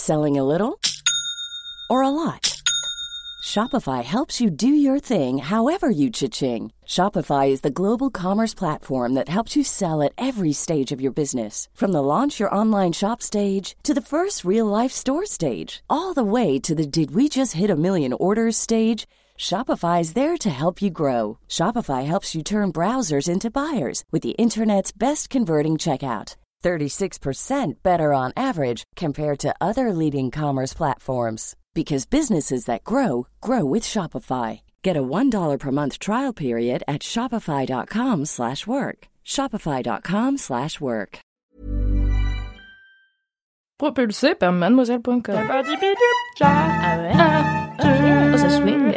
Selling a little or a lot? Shopify helps you do your thing however you cha-ching. Shopify is the global commerce platform that helps you sell at every stage of your business. From the launch your online shop stage to the first real-life store stage, all the way to the did we just hit a million orders stage. Shopify is there to help you grow. Shopify helps you turn browsers into buyers with the internet's best converting checkout. 36% better on average compared to other leading commerce platforms. Because businesses that grow, grow with Shopify. Get a $1 per month trial period at shopify.com/work. Shopify.com/work. Propulsé par mademoiselle.com. Ah ouais. Oh, ça swing.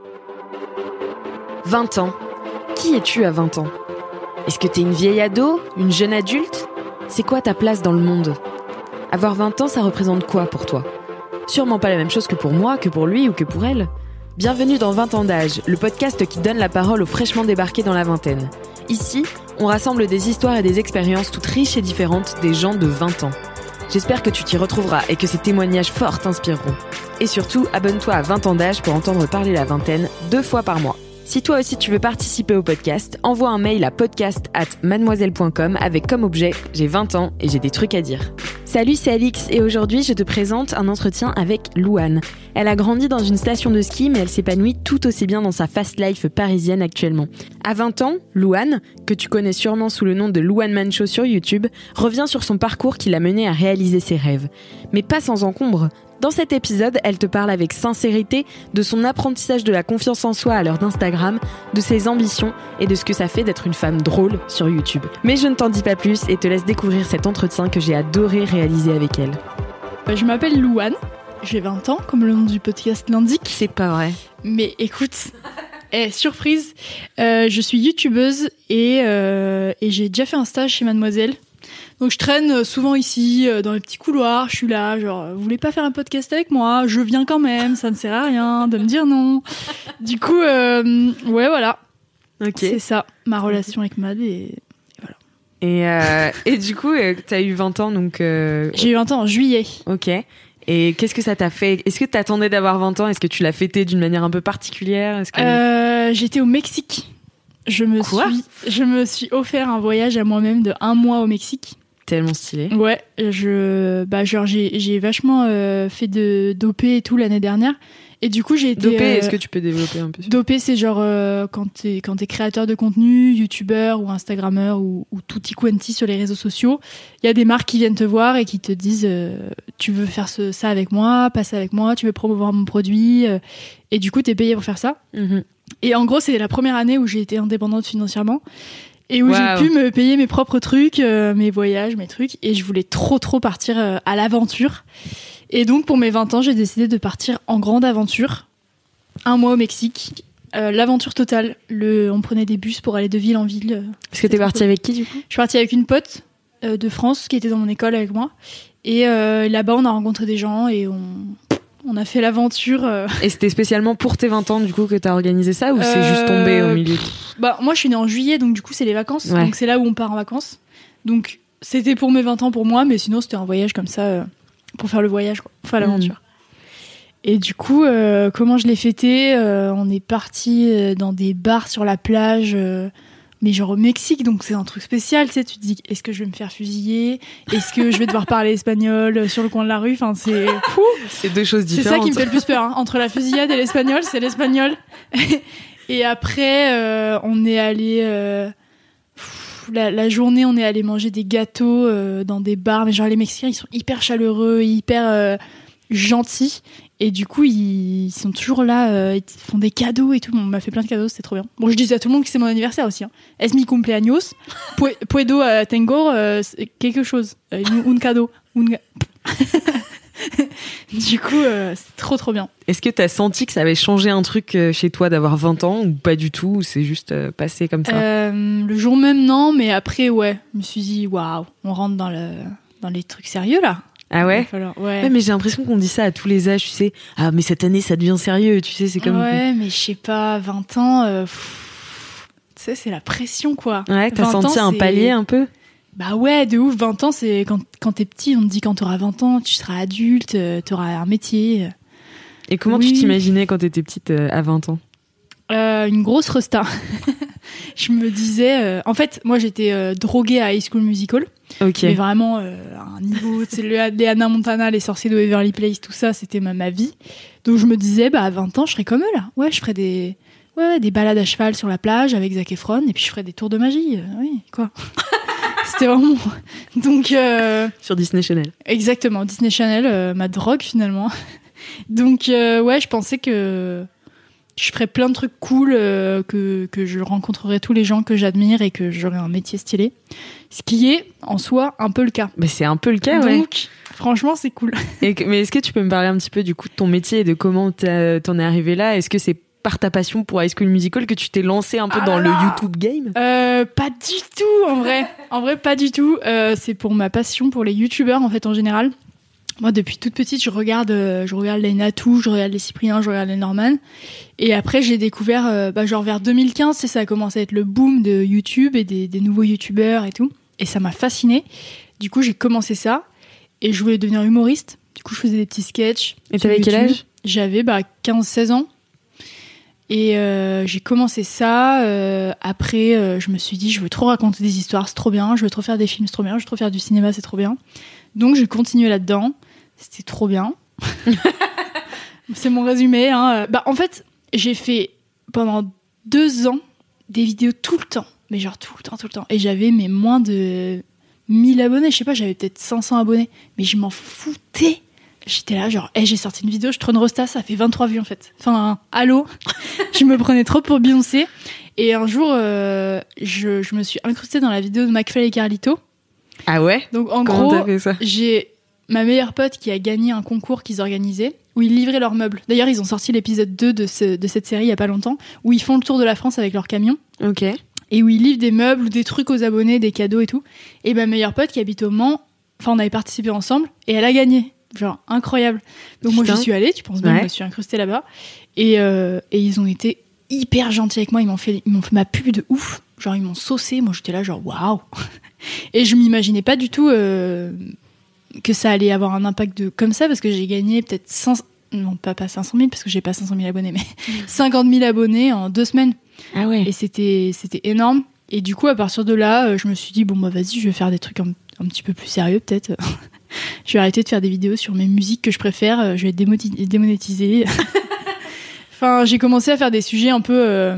20 ans. Qui es-tu à 20 ans? Est-ce que t'es une vieille ado? Une jeune adulte? C'est quoi ta place dans le monde? Avoir 20 ans, ça représente quoi pour toi? Sûrement pas la même chose que pour moi, que pour lui ou que pour elle. Bienvenue dans 20 ans d'âge, le podcast qui donne la parole aux fraîchement débarqués dans la vingtaine. Ici, on rassemble des histoires et des expériences toutes riches et différentes des gens de 20 ans. J'espère que tu t'y retrouveras et que ces témoignages forts t'inspireront. Et surtout, abonne-toi à 20 ans d'âge pour entendre parler la vingtaine 2 fois par mois. Si toi aussi tu veux participer au podcast, envoie un mail à podcast@mademoiselle.com avec comme objet « J'ai 20 ans et j'ai des trucs à dire ». Salut, c'est Alix et aujourd'hui je te présente un entretien avec Louane. Elle a grandi dans une station de ski mais elle s'épanouit tout aussi bien dans sa fast life parisienne actuellement. À 20 ans, Louane, que tu connais sûrement sous le nom de Louane Man Show sur YouTube, revient sur son parcours qui l'a menée à réaliser ses rêves. Mais pas sans encombre. Dans cet épisode, elle te parle avec sincérité de son apprentissage de la confiance en soi à l'heure d'Instagram, de ses ambitions et de ce que ça fait d'être une femme drôle sur YouTube. Mais je ne t'en dis pas plus et te laisse découvrir cet entretien que j'ai adoré réaliser avec elle. Je m'appelle Louane, j'ai 20 ans, comme le nom du podcast l'indique. C'est pas vrai. Mais écoute, surprise, je suis youtubeuse et j'ai déjà fait un stage chez Mademoiselle. Donc je traîne souvent ici, dans les petits couloirs, je suis là, genre, vous voulez pas faire un podcast avec moi? Je viens quand même, ça ne sert à rien de me dire non. Du coup, ouais, voilà. Ok. C'est ça, ma relation avec Mad et voilà. Et du coup, t'as eu 20 ans, donc... J'ai eu 20 ans en juillet. Ok. Et qu'est-ce que ça t'a fait? Est-ce que t'attendais d'avoir 20 ans? Est-ce que tu l'as fêté d'une manière un peu particulière? J'étais au Mexique. Je me suis offert un voyage à moi-même de 1 mois au Mexique. Tellement stylé. Ouais, j'ai vachement fait de d'OP et tout l'année dernière. Et du coup, j'ai été... Dopé, est-ce que tu peux développer un peu? Dopé, c'est genre quand t'es créateur de contenu, youtubeur ou instagrammeur ou tutti quanti sur les réseaux sociaux, il y a des marques qui viennent te voir et qui te disent tu veux faire ça avec moi, passer avec moi, tu veux promouvoir mon produit. Et du coup, t'es payé pour faire ça. Mm-hmm. Et en gros, c'est la première année où j'ai été indépendante financièrement et où j'ai pu me payer mes propres trucs, mes voyages, mes trucs. Et je voulais trop partir à l'aventure. Et donc, pour mes 20 ans, j'ai décidé de partir en grande aventure. 1 mois au Mexique. L'aventure totale. On prenait des bus pour aller de ville en ville. Est-ce que t'es partie avec qui, du coup? Je suis partie avec une pote de France qui était dans mon école avec moi. Et là-bas, on a rencontré des gens et on a fait l'aventure. Et c'était spécialement pour tes 20 ans, du coup, que t'as organisé ça, ou c'est juste tombé au milieu? Bah, moi, je suis née en juillet, donc du coup, c'est les vacances. Ouais. Donc, c'est là où on part en vacances. Donc, c'était pour mes 20 ans pour moi, mais sinon, c'était un voyage comme ça, pour faire le voyage, quoi. Pour faire l'aventure. Et du coup, comment je l'ai fêté? On est parti dans des bars sur la plage, mais genre au Mexique, donc c'est un truc spécial, tu sais, tu te dis, est-ce que je vais me faire fusiller? Est-ce que je vais devoir parler espagnol sur le coin de la rue? Enfin, c'est fou. C'est 2 choses différentes. C'est ça qui me fait le plus peur, hein. Entre la fusillade et l'espagnol, c'est l'espagnol. Et après, on est allé... la journée, on est allé manger des gâteaux dans des bars, mais genre les Mexicains, ils sont hyper chaleureux, hyper gentils. Et du coup, ils sont toujours là, ils font des cadeaux et tout. On m'a fait plein de cadeaux, c'était trop bien. Bon, je disais à tout le monde que c'est mon anniversaire aussi. Hein. Es mi cumpleaños. Puedo tengo quelque chose. Un cadeau. Du coup, c'est trop bien. Est-ce que t'as senti que ça avait changé un truc chez toi d'avoir 20 ans ou pas du tout, ou c'est juste passé comme ça? Le jour même, non, mais après, ouais. Je me suis dit, waouh, on rentre dans les trucs sérieux là. Ah ouais? Ouais, mais j'ai l'impression qu'on dit ça à tous les âges, tu sais. Ah, mais cette année, ça devient sérieux, tu sais, c'est comme... Ouais, mais je sais pas, 20 ans, tu sais, c'est la pression, quoi. Ouais, t'as senti un palier un peu? Bah ouais, de ouf. 20 ans, c'est quand t'es petit, on te dit quand t'auras 20 ans, tu seras adulte, t'auras un métier. Et comment tu t'imaginais quand t'étais petite à 20 ans ? Une grosse resta. Je me disais... en fait, moi, j'étais droguée à High School Musical. Ok. Mais vraiment, à un niveau... Les Hannah Montana, les sorciers de Waverly Place, tout ça, c'était ma vie. Donc, je me disais, à 20 ans, je serais comme eux, là. Ouais, je ferais des balades à cheval sur la plage avec Zac Efron, et puis je ferais des tours de magie. Oui, quoi. C'était vraiment... Donc... Sur Disney Channel. Exactement, Disney Channel, ma drogue, finalement. Donc, ouais, je pensais que... je ferais plein de trucs cool, que je rencontrerais tous les gens que j'admire et que j'aurais un métier stylé. Ce qui est, en soi, un peu le cas. Mais c'est un peu le cas, donc, ouais. Franchement, c'est cool. Mais est-ce que tu peux me parler un petit peu du coup de ton métier et de comment t'en es arrivé là ? Est-ce que c'est par ta passion pour High School Musical que tu t'es lancé un peu dans le YouTube game ? Pas du tout, en vrai. En vrai, pas du tout. C'est pour ma passion pour les YouTubeurs, en fait, en général. Moi, depuis toute petite, je regarde les Natou, je regarde les Cyprien, je regarde les Norman. Et après, j'ai découvert, genre vers 2015, ça a commencé à être le boom de YouTube et des nouveaux YouTubeurs et tout. Et ça m'a fascinée. Du coup, j'ai commencé ça. Et je voulais devenir humoriste. Du coup, je faisais des petits sketchs. Et t'avais quel âge ? J'avais 15-16 ans. Et j'ai commencé ça. Après, je me suis dit, je veux trop raconter des histoires, c'est trop bien. Je veux trop faire des films, c'est trop bien. Je veux trop faire du cinéma, c'est trop bien. Donc, j'ai continué là-dedans. C'était trop bien. C'est mon résumé. Hein. En fait, j'ai fait pendant 2 ans des vidéos tout le temps. Mais genre tout le temps. Et j'avais moins de 1000 abonnés. Je sais pas, j'avais peut-être 500 abonnés. Mais je m'en foutais. J'étais là, genre, j'ai sorti une vidéo, je trône Rosta, ça fait 23 vues en fait. Enfin, allô. Je me prenais trop pour Beyoncé. Et un jour, je me suis incrustée dans la vidéo de McFly et Carlito. Ah ouais ? Donc en Comment gros, t'as fait ça ? j'ai ma meilleure pote qui a gagné un concours qu'ils organisaient, où ils livraient leurs meubles. D'ailleurs, ils ont sorti l'épisode 2 de cette série il y a pas longtemps, où ils font le tour de la France avec leur camion. Ok. Et où ils livrent des meubles ou des trucs aux abonnés, des cadeaux et tout. Et ma meilleure pote qui habite au Mans, on avait participé ensemble, et elle a gagné. Genre, incroyable. Donc moi, j'y suis allée, tu penses bien, je me suis incrustée là-bas. Et ils ont été hyper gentils avec moi, ils m'ont fait ma pub de ouf. Genre, ils m'ont saucé, moi j'étais là genre, waouh. Et je m'imaginais pas du tout que ça allait avoir un impact comme ça, parce que j'ai gagné peut-être 500 000, parce que j'ai pas 500 000 abonnés, mais 50 000 abonnés en 2 semaines. Ah ouais. Et c'était énorme. Et du coup, à partir de là, je me suis dit, vas-y, je vais faire des trucs un petit peu plus sérieux, peut-être. Je vais arrêter de faire des vidéos sur mes musiques que je préfère, je vais être démonétisée. Enfin, j'ai commencé à faire des sujets un peu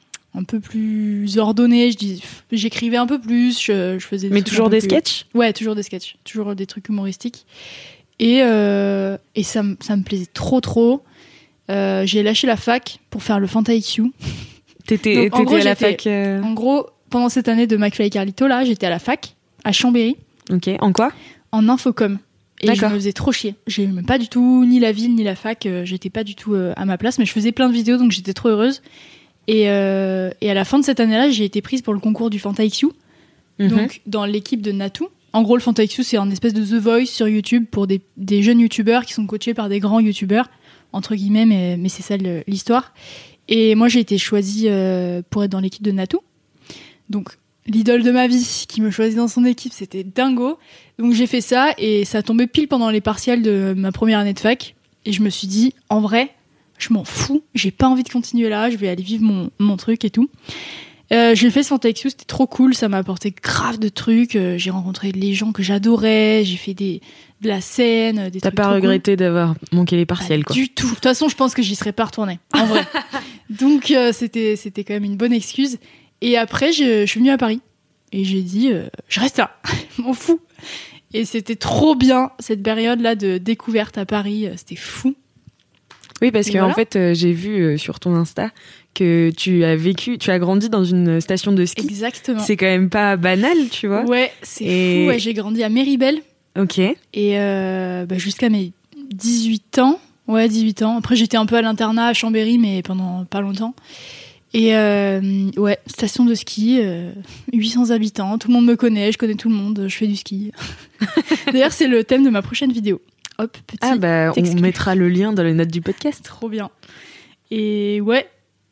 plus ordonnés, j'écrivais un peu plus, je faisais des Mais trucs toujours des sketchs ? Ouais, toujours des sketchs, toujours des trucs humoristiques. Et ça me plaisait trop. J'ai lâché la fac pour faire le Fanta IQ. T'étais à la fac En gros, pendant cette année de McFly et Carlito, là, j'étais à la fac, à Chambéry. Ok, en quoi ? En infocom. Et D'accord. je me faisais trop chier. J'aimais pas du tout ni la ville ni la fac. J'étais pas du tout à ma place, mais je faisais plein de vidéos, donc j'étais trop heureuse. Et à la fin de cette année-là, j'ai été prise pour le concours du Fanta IQ. Donc dans l'équipe de Natou. En gros, le Fanta IQ, c'est un espèce de The Voice sur YouTube pour des jeunes youtubeurs qui sont coachés par des grands youtubeurs, entre guillemets, mais c'est ça l'histoire. Et moi, j'ai été choisie pour être dans l'équipe de Natou. Donc l'idole de ma vie qui me choisit dans son équipe, c'était dingo. Donc j'ai fait ça et ça tombait pile pendant les partiels de ma première année de fac. Et je me suis dit, en vrai, je m'en fous, j'ai pas envie de continuer là, je vais aller vivre mon truc et tout. J'ai fait Fanta IQ, c'était trop cool, ça m'a apporté grave de trucs. J'ai rencontré les gens que j'adorais, j'ai fait de la scène, des trucs. T'as pas regretté d'avoir manqué les partiels, quoi ? Du tout. De toute façon, je pense que j'y serais pas retournée, en vrai. Donc c'était quand même une bonne excuse. Et après, je suis venue à Paris. Et j'ai dit, je reste là. Je m'en fous. Et c'était trop bien, cette période-là de découverte à Paris. C'était fou. Oui, parce et que voilà. en fait, j'ai vu sur ton Insta que tu as grandi dans une station de ski. Exactement. C'est quand même pas banal, tu vois. Ouais, c'est fou. Ouais, j'ai grandi à Méribel. Ok. Et jusqu'à mes 18 ans. Ouais, 18 ans. Après, j'étais un peu à l'internat à Chambéry, mais pendant pas longtemps. Et ouais, station de ski, 800 habitants, tout le monde me connaît, je connais tout le monde, je fais du ski. D'ailleurs, c'est le thème de ma prochaine vidéo. Hop, petit on mettra le lien dans les notes du podcast. Trop bien. Et ouais,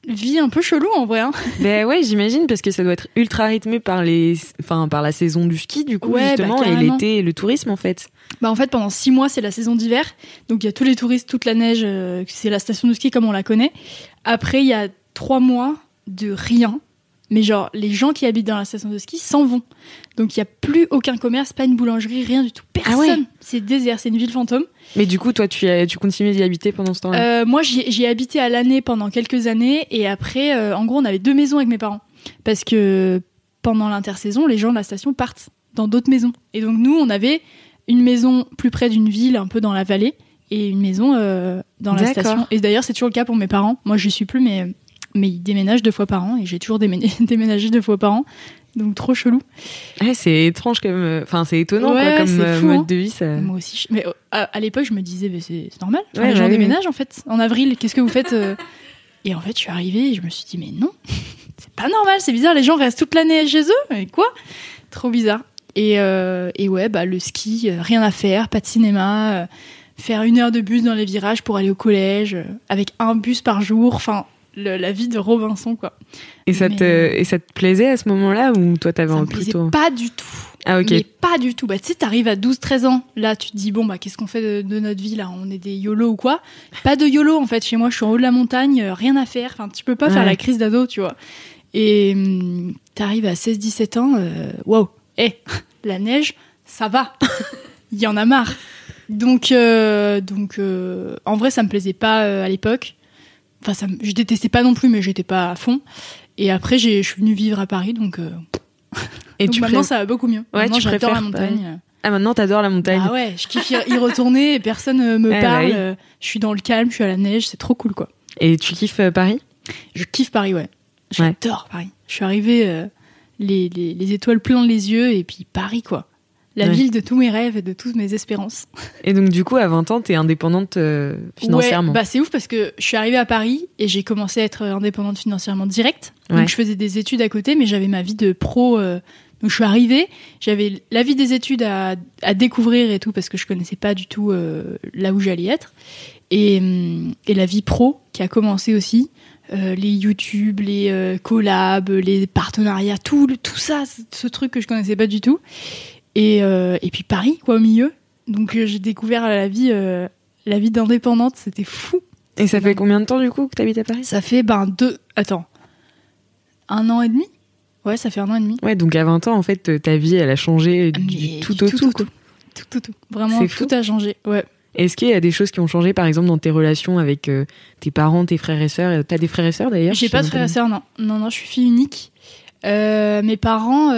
vie un peu chelou en vrai. Hein. Ben ouais, j'imagine, parce que ça doit être ultra rythmé par la saison du ski, du coup, justement, et l'été, le tourisme, en fait. Bah en fait, pendant 6 mois, c'est la saison d'hiver. Donc il y a tous les touristes, toute la neige, c'est la station de ski comme on la connaît. Après, il y a 3 mois de rien. Mais genre, les gens qui habitent dans la station de ski s'en vont. Donc il n'y a plus aucun commerce, pas une boulangerie, rien du tout. Personne. Ah ouais. C'est désert, c'est une ville fantôme. Mais du coup, toi, tu continues d'y habiter pendant ce temps-là? Moi, j'y ai habité à l'année pendant quelques années. Et après, en gros, on avait 2 maisons avec mes parents. Parce que pendant l'intersaison, les gens de la station partent dans d'autres maisons. Et donc nous, on avait une maison plus près d'une ville, un peu dans la vallée, et une maison dans la station. Et d'ailleurs, c'est toujours le cas pour mes parents. Moi, j'y suis plus, mais ils déménagent 2 fois par an, et j'ai toujours déménagé 2 fois par an. Donc trop chelou. Ouais, c'est étrange comme, enfin c'est étonnant quoi, comme fou, mode de vie. Ça... Moi aussi. Mais à l'époque, je me disais, c'est normal. Enfin, les gens déménagent en fait. En avril, qu'est-ce que vous faites Et en fait, je suis arrivée et je me suis dit, mais non, c'est pas normal, c'est bizarre. Les gens restent toute l'année chez eux. Mais quoi ? Trop bizarre. Et ouais, bah le ski, rien à faire, pas de cinéma, faire 1 heure de bus dans les virages pour aller au collège, avec 1 bus par jour. Enfin. La vie de Robinson, quoi. Et ça te plaisait à ce moment-là, ou toi t'avais un plutôt... Ça me plaisait pas du tout. Ah ok. Mais pas du tout. Bah tu sais, t'arrives à 12-13 ans, là tu te dis bon bah qu'est-ce qu'on fait de notre vie là ? On est des YOLO ou quoi ? Pas de YOLO en fait. Chez moi, je suis en haut de la montagne, rien à faire. Enfin, tu peux pas faire la crise d'ado, tu vois. Et t'arrives à 16-17 ans, waouh, la neige, ça va. Il y en a marre. Donc en vrai, ça me plaisait pas à l'époque. Enfin, je détestais pas non plus, mais j'étais pas à fond. Et après, je suis venue vivre à Paris, donc maintenant ça va beaucoup mieux. Ouais, maintenant, j'adore la montagne. Ah, maintenant t'adores la montagne. Ah ouais, je kiffe y retourner et personne me parle. Bah oui. Je suis dans le calme, je suis à la neige, c'est trop cool, quoi. Et tu kiffes Paris ? Je kiffe Paris, ouais. J'adore Paris. Je suis arrivée les étoiles plein les yeux, et puis Paris, quoi. La ville de tous mes rêves et de toutes mes espérances. Et donc, du coup, à 20 ans, t'es indépendante financièrement. Ouais, bah c'est ouf parce que je suis arrivée à Paris et j'ai commencé à être indépendante financièrement direct. Donc, je faisais des études à côté, mais j'avais ma vie de pro. Donc, je suis arrivée, j'avais la vie des études à découvrir et tout parce que je connaissais pas du tout là où j'allais être. Et la vie pro qui a commencé aussi. Les YouTube, les collabs, les partenariats, tout ça, ce truc que je connaissais pas du tout. Et puis Paris, quoi, au milieu. Donc j'ai découvert la vie d'indépendante, c'était fou. Et ça fait combien de temps du coup que t'habites à Paris ? Ça fait 1 an et demi. Ouais, ça fait 1 an et demi. Ouais, donc à 20 ans, en fait, ta vie, elle a changé du tout au tout. Tout. Vraiment, tout a changé, ouais. Est-ce qu'il y a des choses qui ont changé, par exemple, dans tes relations avec tes parents, tes frères et sœurs ? T'as des frères et sœurs, d'ailleurs ? J'ai pas de frères et sœurs, non. Non, je suis fille unique. Mes parents,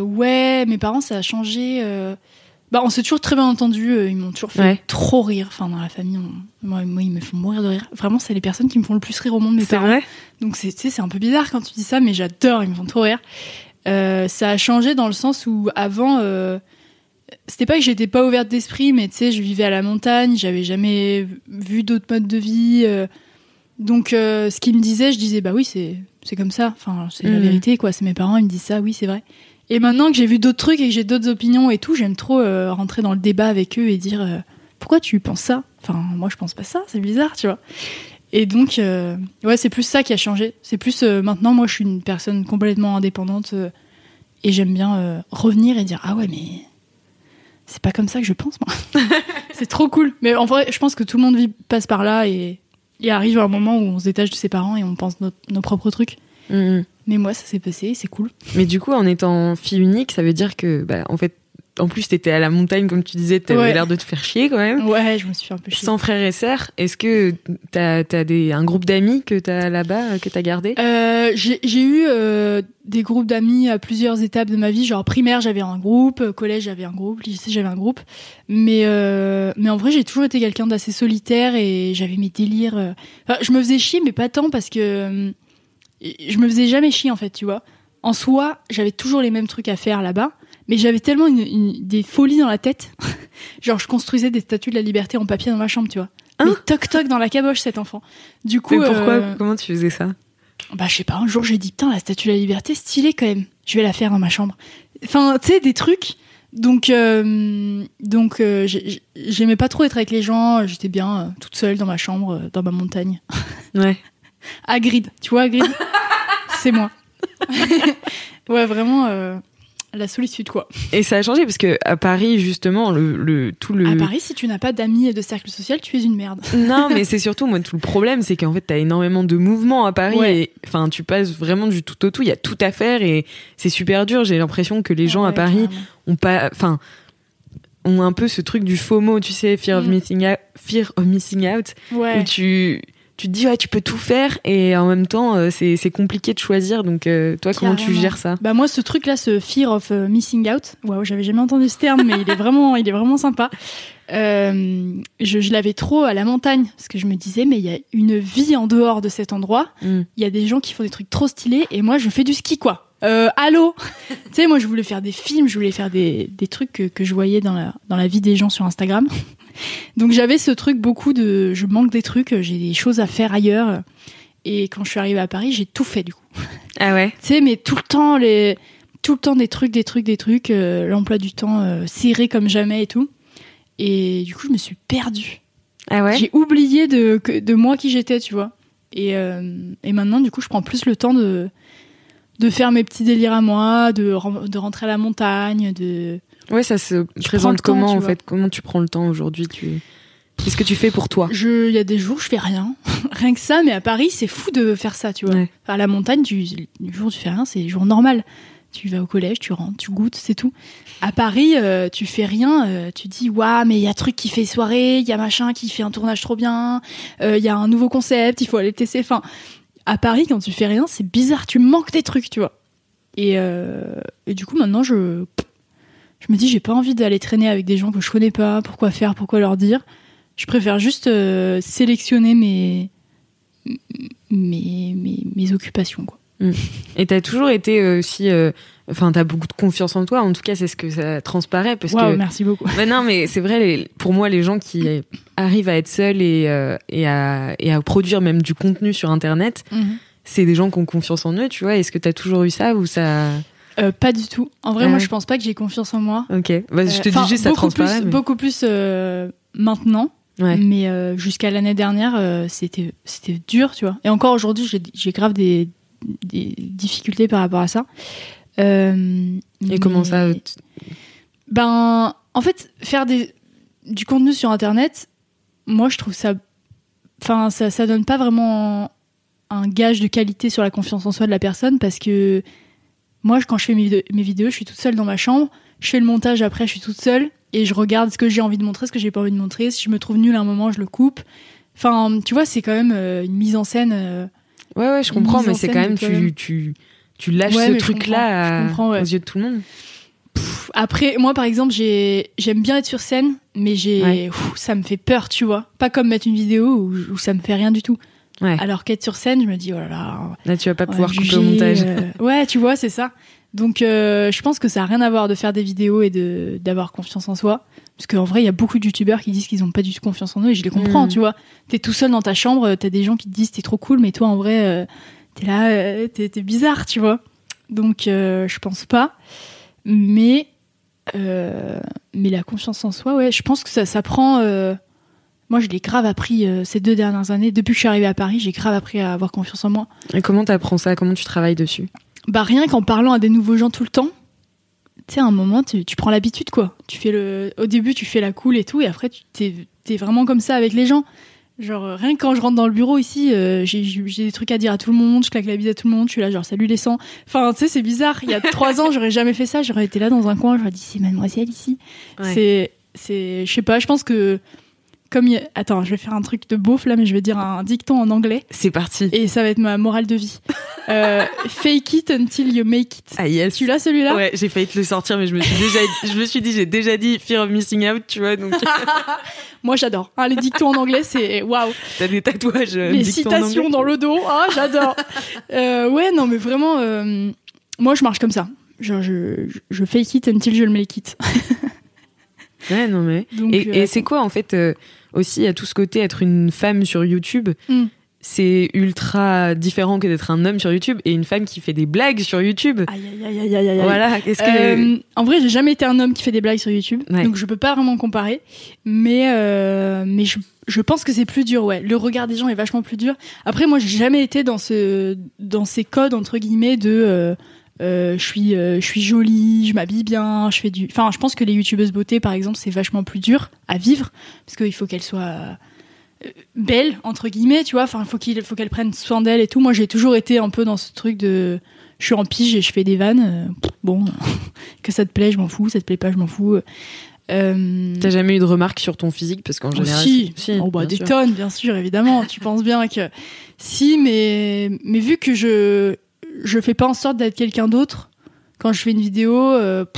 ça a changé. On s'est toujours très bien entendus. Ils m'ont toujours fait trop rire. Enfin, dans la famille, moi, ils me font mourir de rire. Vraiment, c'est les personnes qui me font le plus rire au monde, mes parents. Vrai. Donc, c'est un peu bizarre quand tu dis ça, mais j'adore. Ils me font trop rire. Ça a changé dans le sens où avant, c'était pas que j'étais pas ouverte d'esprit, mais tu sais, je vivais à la montagne. J'avais jamais vu d'autres modes de vie. Donc, ce qu'ils me disaient, je disais, bah oui, c'est comme ça. Enfin, c'est la vérité, quoi. C'est mes parents, ils me disent ça, oui, c'est vrai. Et maintenant que j'ai vu d'autres trucs et que j'ai d'autres opinions et tout, j'aime trop rentrer dans le débat avec eux et dire pourquoi tu penses ça ? Enfin, moi, je pense pas ça, c'est bizarre, tu vois. Et donc, c'est plus ça qui a changé. C'est plus maintenant, moi, je suis une personne complètement indépendante et j'aime bien revenir et dire ah ouais, mais c'est pas comme ça que je pense, moi. C'est trop cool. Mais en vrai, je pense que tout le monde passe par là et il arrive un moment où on se détache de ses parents et on pense nos propres trucs. Mais moi, ça s'est passé, c'est cool. Mais du coup, en étant fille unique, ça veut dire que, en fait, en plus, t'étais à la montagne, comme tu disais, t'avais l'air de te faire chier quand même. Ouais, je me suis fait un peu chier. Sans frères et sœurs, est-ce que t'as un groupe d'amis que t'as là-bas, que t'as gardé ? J'ai eu des groupes d'amis à plusieurs étapes de ma vie. Genre primaire, j'avais un groupe, collège, j'avais un groupe, lycée, j'avais un groupe. Mais en vrai, j'ai toujours été quelqu'un d'assez solitaire et j'avais mes délires. Enfin, je me faisais chier, mais pas tant parce que je me faisais jamais chier en fait, tu vois. En soi, j'avais toujours les mêmes trucs à faire là-bas. Mais j'avais tellement des folies dans la tête. Genre, je construisais des statues de la liberté en papier dans ma chambre, tu vois. Mais toc-toc dans la caboche, cet enfant. Du coup. Mais pourquoi Comment tu faisais ça ? Bah, je sais pas. Un jour, j'ai dit, putain, la statue de la liberté, stylée quand même. Je vais la faire dans ma chambre. Enfin, tu sais, des trucs. Donc, j'aimais pas trop être avec les gens. J'étais bien toute seule dans ma chambre, dans ma montagne. Ouais. Hagrid, tu vois, Hagrid, c'est moi. Ouais, vraiment, la solitude, quoi. Et ça a changé parce que à Paris, justement, À Paris, si tu n'as pas d'amis et de cercle social, tu es une merde. Non, mais c'est surtout, moi, tout le problème, c'est qu'en fait, t'as énormément de mouvements à Paris. Ouais. Et enfin, tu passes vraiment du tout au tout. Il y a tout à faire et c'est super dur. J'ai l'impression que les gens à Paris ont un peu ce truc du FOMO, tu sais, fear of missing out, Ouais. où tu te dis, ouais, tu peux tout faire et en même temps, c'est compliqué de choisir. Donc, toi, comment tu gères ça? Bah, moi, ce truc-là, ce fear of missing out, waouh, j'avais jamais entendu ce terme, mais il est vraiment sympa. Je l'avais trop à la montagne, parce que je me disais, mais il y a une vie en dehors de cet endroit. Il y a des gens qui font des trucs trop stylés, et moi, je fais du ski, quoi. Allô? Tu sais, moi, je voulais faire des films, je voulais faire des trucs que je voyais dans la vie des gens sur Instagram. Donc, j'avais ce truc je manque des trucs, j'ai des choses à faire ailleurs. Et quand je suis arrivée à Paris, j'ai tout fait, du coup. Ah ouais? Tu sais, mais tout le temps des trucs, l'emploi du temps serré comme jamais et tout. Et du coup, je me suis perdue. Ah ouais? J'ai oublié de moi qui j'étais, tu vois. Et maintenant, du coup, je prends plus le temps de faire mes petits délires à moi, de rentrer à la montagne, Ouais, ça se présente comment, en fait? Comment tu prends le temps aujourd'hui? Qu'est-ce que tu fais pour toi? Il y a des jours, je fais rien. Rien que ça, mais à Paris, c'est fou de faire ça, tu vois. Ouais. Enfin, à la montagne, le jour où tu fais rien, c'est le jour normal. Tu vas au collège, tu rentres, tu goûtes, c'est tout. À Paris, tu fais rien, tu dis, waouh, mais il y a truc qui fait soirée, il y a machin qui fait un tournage trop bien, il y a un nouveau concept, il faut aller le tester. Enfin, à Paris, quand tu fais rien, c'est bizarre, tu manques des trucs, tu vois. Et du coup, maintenant, je me dis, j'ai pas envie d'aller traîner avec des gens que je connais pas, pourquoi faire, pourquoi leur dire. Je préfère juste sélectionner mes occupations, quoi. Et t'as toujours été aussi... Enfin, t'as beaucoup de confiance en toi. En tout cas, c'est ce que ça transparaît. Parce Waouh, que... merci beaucoup. Bah non, mais c'est vrai, pour moi, les gens qui arrivent à être seuls et à produire même du contenu sur Internet, c'est des gens qui ont confiance en eux, tu vois. Est-ce que t'as toujours eu ça ou ça... Pas du tout. En vrai, moi, je pense pas que j'ai confiance en moi. Ok. Bah, je te dis juste, ça transparaît. Beaucoup plus maintenant. Ouais. Mais jusqu'à l'année dernière, c'était dur, tu vois. Et encore aujourd'hui, j'ai grave des difficultés par rapport à ça. Et comment ça Ben, en fait, faire du contenu sur Internet, moi, je trouve ça... Enfin, ça donne pas vraiment un gage de qualité sur la confiance en soi de la personne, parce que moi, quand je fais mes vidéos, je suis toute seule dans ma chambre, je fais le montage après, je suis toute seule, et je regarde ce que j'ai envie de montrer, ce que j'ai pas envie de montrer. Si je me trouve nulle à un moment, je le coupe. Enfin, tu vois, c'est quand même une mise en scène... Ouais, je comprends, mais c'est quand même... Tu lâches ce truc-là aux yeux de tout le monde. Après, moi, par exemple, j'aime bien être sur scène, mais ça me fait peur, tu vois. Pas comme mettre une vidéo où ça me fait rien du tout. Ouais. Alors qu'être sur scène, je me dis, oh là là... Là, tu vas pas pouvoir couper au montage. Ouais, tu vois, c'est ça. Donc, je pense que ça a rien à voir de faire des vidéos et d'avoir confiance en soi. Parce qu'en vrai, il y a beaucoup de youtubeurs qui disent qu'ils ont pas du tout confiance en eux, et je les comprends, tu vois. T'es tout seul dans ta chambre, t'as des gens qui te disent t'es trop cool, mais toi, en vrai... t'es là, t'es bizarre, tu vois. Donc, je pense pas. Mais la confiance en soi, ouais, je pense que ça prend... Moi, je l'ai grave appris ces 2 dernières années. Depuis que je suis arrivée à Paris, j'ai grave appris à avoir confiance en moi. Et comment t'apprends ça? Comment tu travailles dessus? Bah, rien qu'en parlant à des nouveaux gens tout le temps. Tu sais, à un moment, tu prends l'habitude, quoi. Au début, tu fais la cool et tout, et après, t'es vraiment comme ça avec les gens. Genre, rien que quand je rentre dans le bureau ici, j'ai des trucs à dire à tout le monde, je claque la bise à tout le monde, je suis là genre salut les sangs. Enfin, tu sais, c'est bizarre. Il y a 3 ans, j'aurais jamais fait ça, j'aurais été là dans un coin, j'aurais dit c'est mademoiselle ici. Ouais. Je sais pas, je pense que attends, je vais faire un truc de beauf là, mais je vais dire un dicton en anglais. C'est parti. Et ça va être ma morale de vie. Fake it until you make it. Ah yes. Tu l'as celui-là? Ouais, j'ai failli te le sortir, mais je me suis dit, j'ai déjà dit fear of missing out, tu vois, donc. Moi, j'adore. Les dictons en anglais, c'est waouh. T'as des tatouages. Les citations dans le dos. J'adore. Ouais, non, mais vraiment, moi, je marche comme ça. Genre, je fake it until je make it. Ouais, non, mais. Donc, et c'est quoi, en fait, aussi, à tout ce côté, être une femme sur YouTube? c'est ultra différent que d'être un homme sur YouTube et une femme qui fait des blagues sur YouTube. Aïe. Voilà, qu'est-ce que... En vrai, j'ai jamais été un homme qui fait des blagues sur YouTube, donc je peux pas vraiment comparer. Mais je pense que c'est plus dur, ouais. Le regard des gens est vachement plus dur. Après, moi, j'ai jamais été dans ces codes, entre guillemets, de... je suis jolie, je m'habille bien, je fais du... Enfin, je pense que les youtubeuses beauté, par exemple, c'est vachement plus dur à vivre, parce qu'il faut qu'elles soient belles, entre guillemets, tu vois. Enfin, il faut qu'elles prennent soin d'elles et tout. Moi, j'ai toujours été un peu dans ce truc de... Je suis en pige et je fais des vannes. Bon, que ça te plaît, je m'en fous. Ça te plaît pas, je m'en fous. T'as jamais eu de remarques sur ton physique, parce qu'en général... Si. Des tonnes, bien sûr, évidemment. Tu penses bien que... Si, mais vu que je fais pas en sorte d'être quelqu'un d'autre quand je fais une vidéo,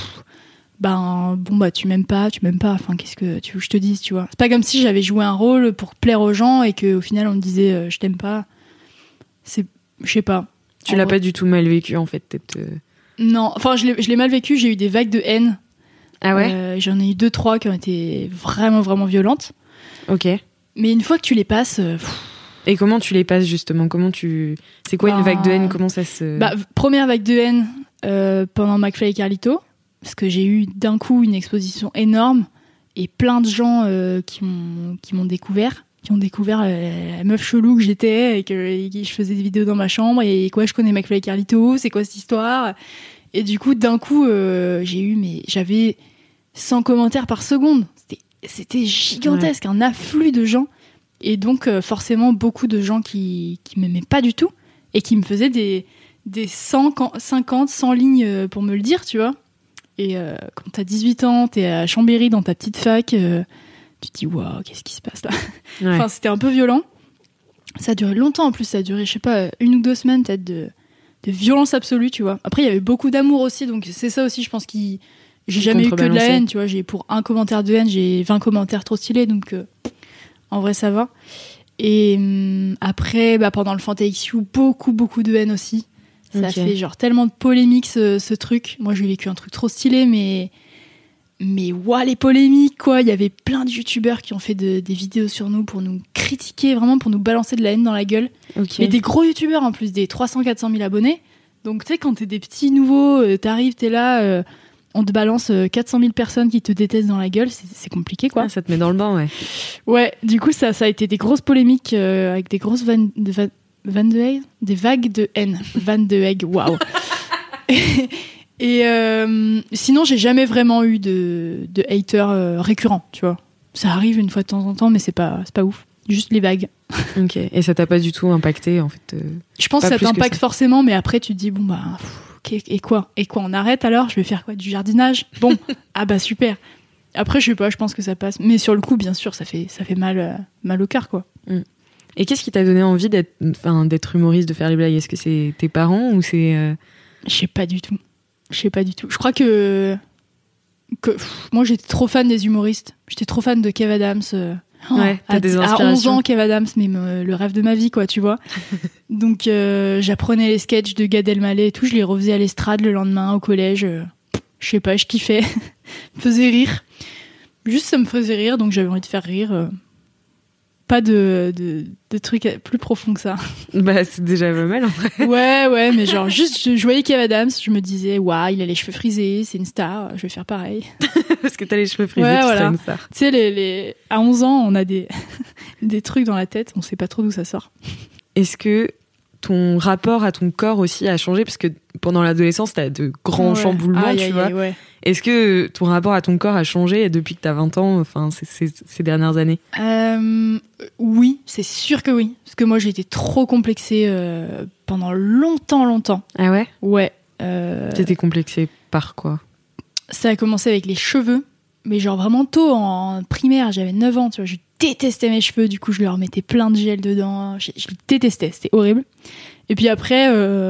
tu m'aimes pas, enfin qu'est-ce que tu veux que je te dise, tu vois. C'est pas comme si j'avais joué un rôle pour plaire aux gens et qu'au final on me disait je t'aime pas. Je sais pas. Tu l'as pas du tout mal vécu en fait, peut-être. Non, enfin je l'ai mal vécu, j'ai eu des vagues de haine. Ah ouais. J'en ai eu 2-3 qui ont été vraiment vraiment violentes. Ok. Mais une fois que tu les passes... Et comment tu les passes justement ? C'est quoi une vague de haine ? Comment ça se... Première vague de haine pendant McFly et Carlito, parce que j'ai eu d'un coup une exposition énorme et plein de gens qui m'ont découvert, qui ont découvert la meuf chelou que j'étais et que je faisais des vidéos dans ma chambre et quoi, je connais McFly et Carlito, c'est quoi cette histoire ? Et du coup, d'un coup, j'avais 100 commentaires par seconde. C'était gigantesque, un afflux de gens. Et donc, forcément, beaucoup de gens qui m'aimaient pas du tout et qui me faisaient des 50, 100 lignes pour me le dire, tu vois. Et quand t'as 18 ans, t'es à Chambéry dans ta petite fac, tu te dis, waouh, qu'est-ce qui se passe là ? Ouais. Enfin, c'était un peu violent. Ça a duré longtemps en plus, ça a duré, je sais pas, 1 ou 2 semaines peut-être de violence absolue, tu vois. Après, il y avait beaucoup d'amour aussi, donc c'est ça aussi, je pense j'ai jamais eu que de la haine, tu vois. Pour un commentaire de haine, j'ai 20 commentaires trop stylés, donc... En vrai, ça va. Et après, pendant le FantaXU, beaucoup de haine aussi. Ça a fait genre tellement de polémiques, ce truc. Moi, j'ai vécu un truc trop stylé, mais les polémiques, quoi. Il y avait plein de youtubeurs qui ont fait des vidéos sur nous pour nous critiquer, vraiment pour nous balancer de la haine dans la gueule. Mais des gros youtubeurs en plus, des 300-400 000 abonnés. Donc, tu sais, quand t'es des petits nouveaux, t'arrives, t'es là... on te balance 400 000 personnes qui te détestent dans la gueule, c'est compliqué, quoi. Ah, ça te met dans le bain, ouais. Ouais, du coup, ça a été des grosses polémiques avec des grosses vannes de haine, des vagues de haine. Vannes de haine, waouh. Et sinon, j'ai jamais vraiment eu de haters récurrents, tu vois. Ça arrive une fois de temps en temps, mais c'est pas ouf. Juste les vagues. Ok, et ça t'a pas du tout impacté, en fait Je pense que ça t'impacte forcément, mais après, tu te dis, et quoi, on arrête alors ? Je vais faire quoi ? Du jardinage ? Bon, super. Après, je sais pas, je pense que ça passe. Mais sur le coup, bien sûr, ça fait mal au cœur, quoi. Et qu'est-ce qui t'a donné envie d'être humoriste, de faire les blagues ? Est-ce que c'est tes parents ou c'est... Je sais pas du tout. Je crois que moi, j'étais trop fan des humoristes. J'étais trop fan de Kev Adams. T'as des inspirations. À 11 ans, Kev Adams, mais le rêve de ma vie, quoi, tu vois. Donc, j'apprenais les sketchs de Gad Elmaleh et tout. Je les refaisais à l'estrade le lendemain, au collège. Je sais pas, je kiffais. Ça me faisait rire. Juste, ça me faisait rire, donc j'avais envie de faire rire. Pas de trucs plus profonds que ça. C'est déjà pas mal, en vrai. Ouais, mais genre, juste, je voyais Kev Adams, je me disais, waouh, il a les cheveux frisés, c'est une star, je vais faire pareil. Parce que t'as les cheveux frisés, tu seras une star. Tu sais, à 11 ans, on a des trucs dans la tête, on sait pas trop d'où ça sort. Est-ce que ton rapport à ton corps aussi a changé ? Parce que pendant l'adolescence, t'as de grands chamboulements, tu vois. Ouais. Est-ce que ton rapport à ton corps a changé depuis que t'as 20 ans, enfin, ces dernières années ? Oui, c'est sûr que oui. Parce que moi, j'ai été trop complexée pendant longtemps. Ah ouais ? Ouais. T'étais complexée par quoi ? Ça a commencé avec les cheveux, mais genre vraiment tôt, en primaire, j'avais 9 ans, tu vois, je détestais mes cheveux, du coup je leur mettais plein de gel dedans, je les détestais, c'était horrible. Et puis après,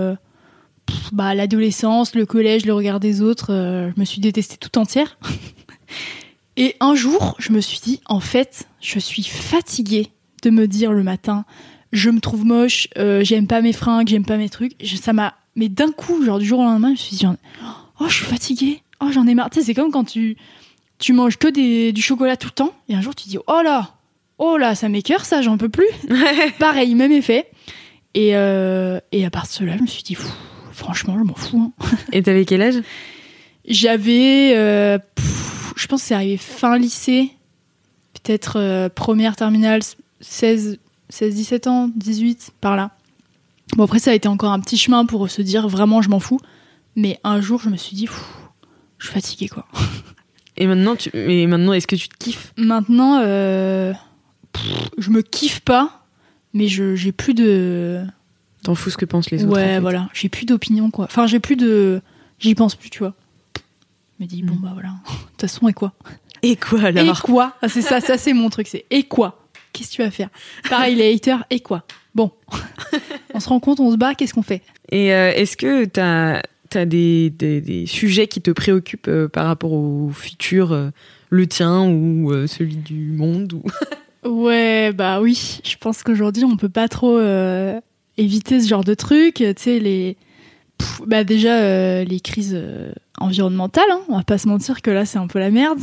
l'adolescence, le collège, le regard des autres, je me suis détestée tout entière. Et un jour, je me suis dit, en fait, je suis fatiguée de me dire le matin, je me trouve moche, j'aime pas mes fringues, j'aime pas mes trucs. Mais d'un coup, genre du jour au lendemain, je me suis dit, oh, je suis fatiguée, oh, j'en ai marre. Tu sais, c'est comme quand tu manges que du chocolat tout le temps, et un jour tu dis, oh là, oh là, ça m'écœure, ça, j'en peux plus. Pareil, même effet. Et à partir de là, je me suis dit, franchement, je m'en fous. Hein. Et t'avais quel âge ? J'avais, je pense que c'est arrivé fin lycée, peut-être première terminale, 16, 17 ans, 18, par là. Bon, après, ça a été encore un petit chemin pour se dire, vraiment, je m'en fous. Mais un jour, je me suis dit, je suis fatiguée, quoi. Et maintenant, est-ce que tu te kiffes ? Maintenant, je me kiffe pas, mais j'ai plus de... T'en fous ce que pensent les autres. Ouais, en fait. voilà. J'ai plus d'opinion, quoi. Enfin, j'y pense plus, tu vois. Je me dis, bon, bah voilà. De toute façon, et quoi ? Et quoi, alors ? Et quoi ? Ah, c'est ça c'est mon truc, c'est et quoi ? Qu'est-ce que tu vas faire ? Pareil, les haters, et quoi ? Bon. On se rend compte, on se bat, qu'est-ce qu'on fait ? Et est-ce que t'as des sujets qui te préoccupent par rapport au futur, le tien ou celui du monde ou... Ouais, bah oui. Je pense qu'aujourd'hui, on peut pas trop éviter ce genre de trucs. Tu sais, déjà, les crises environnementales, hein, on va pas se mentir que là, c'est un peu la merde.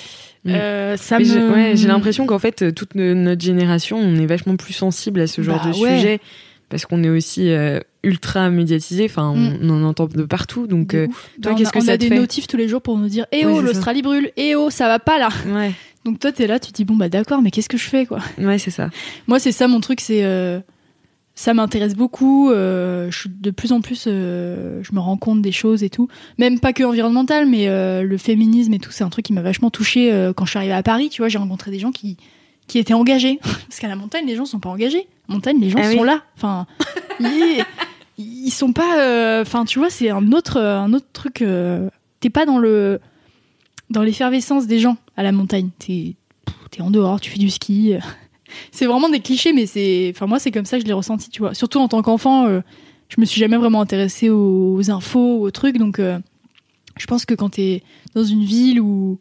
J'ai l'impression qu'en fait, toute notre génération, on est vachement plus sensible à ce genre de sujet parce qu'on est aussi ultra médiatisé. Enfin, on en entend de partout. Donc, toi, qu'est-ce que ça te fait ? On a des notifs tous les jours pour nous dire « Eh oh, l'Australie brûle !»« Eh oh, ça va pas là !» Ouais. Donc toi, t'es là, tu te dis « Bon, bah d'accord, mais qu'est-ce que je fais, quoi ?» Ouais, c'est ça. Moi, c'est ça, mon truc, c'est... ça m'intéresse beaucoup. De plus en plus, je me rends compte des choses et tout. Même pas que environnemental, mais le féminisme et tout, c'est un truc qui m'a vachement touchée quand je suis arrivée à Paris. Tu vois, j'ai rencontré des gens qui étaient engagés. Parce qu'à la montagne, les gens sont pas engagés. À la montagne, les gens sont là. Enfin, ils sont pas... Enfin, tu vois, c'est un autre truc. T'es pas dans l'effervescence des gens à la montagne. T'es en dehors, tu fais du ski... C'est vraiment des clichés, mais moi, c'est comme ça que je l'ai ressenti, tu vois. Surtout en tant qu'enfant, je me suis jamais vraiment intéressée aux infos, aux trucs. Donc, je pense que quand t'es dans une ville ou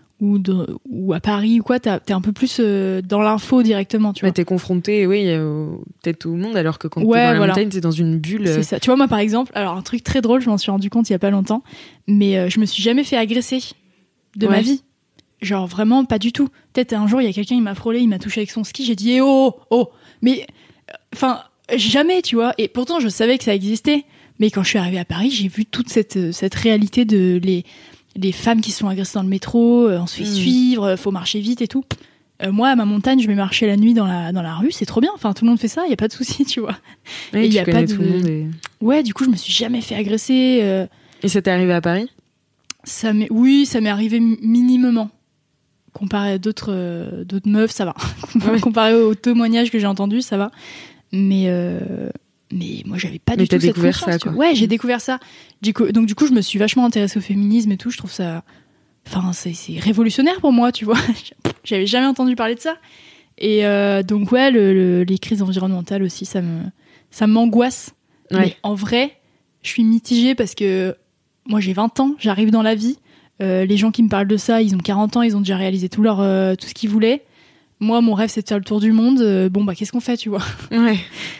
à Paris ou quoi, t'es un peu plus dans l'info directement, tu vois. T'es confronté, oui, peut-être au monde, alors que quand t'es dans la montagne, t'es dans une bulle. C'est ça. Tu vois, moi, par exemple, alors un truc très drôle, je m'en suis rendu compte il y a pas longtemps, mais je me suis jamais fait agresser de ma vie. Genre vraiment pas du tout. Peut-être un jour il y a quelqu'un, il m'a frôlé, il m'a touché avec son ski, j'ai dit eh oh, mais enfin jamais, tu vois. Et pourtant je savais que ça existait, mais quand je suis arrivée à Paris, j'ai vu toute cette réalité de les femmes qui se font agresser dans le métro, on se fait suivre, faut marcher vite et tout. Moi à ma montagne, je vais marcher la nuit dans la rue, c'est trop bien. Enfin tout le monde fait ça, il y a pas de souci, tu vois. Oui, et il y a pas de tout le monde. Ouais, du coup je me suis jamais fait agresser. Et ça t'est arrivé à Paris ? Ça m'est arrivé minimement. Comparé à d'autres meufs, ça va. Comparé aux témoignages que j'ai entendus, ça va. Mais moi, j'avais pas du tout cette découvert ça, quoi. Ouais, j'ai découvert ça. Donc, du coup, je me suis vachement intéressée au féminisme et tout. Je trouve ça... Enfin, c'est révolutionnaire pour moi, tu vois. J'avais jamais entendu parler de ça. Et donc, ouais, les crises environnementales aussi, ça m'angoisse. Ouais. Mais en vrai, je suis mitigée parce que moi, j'ai 20 ans, j'arrive dans la vie. Les gens qui me parlent de ça, ils ont 40 ans, ils ont déjà réalisé tout ce qu'ils voulaient. Moi, mon rêve, c'est de faire le tour du monde. Bon, bah, qu'est-ce qu'on fait, tu vois ? Ouais.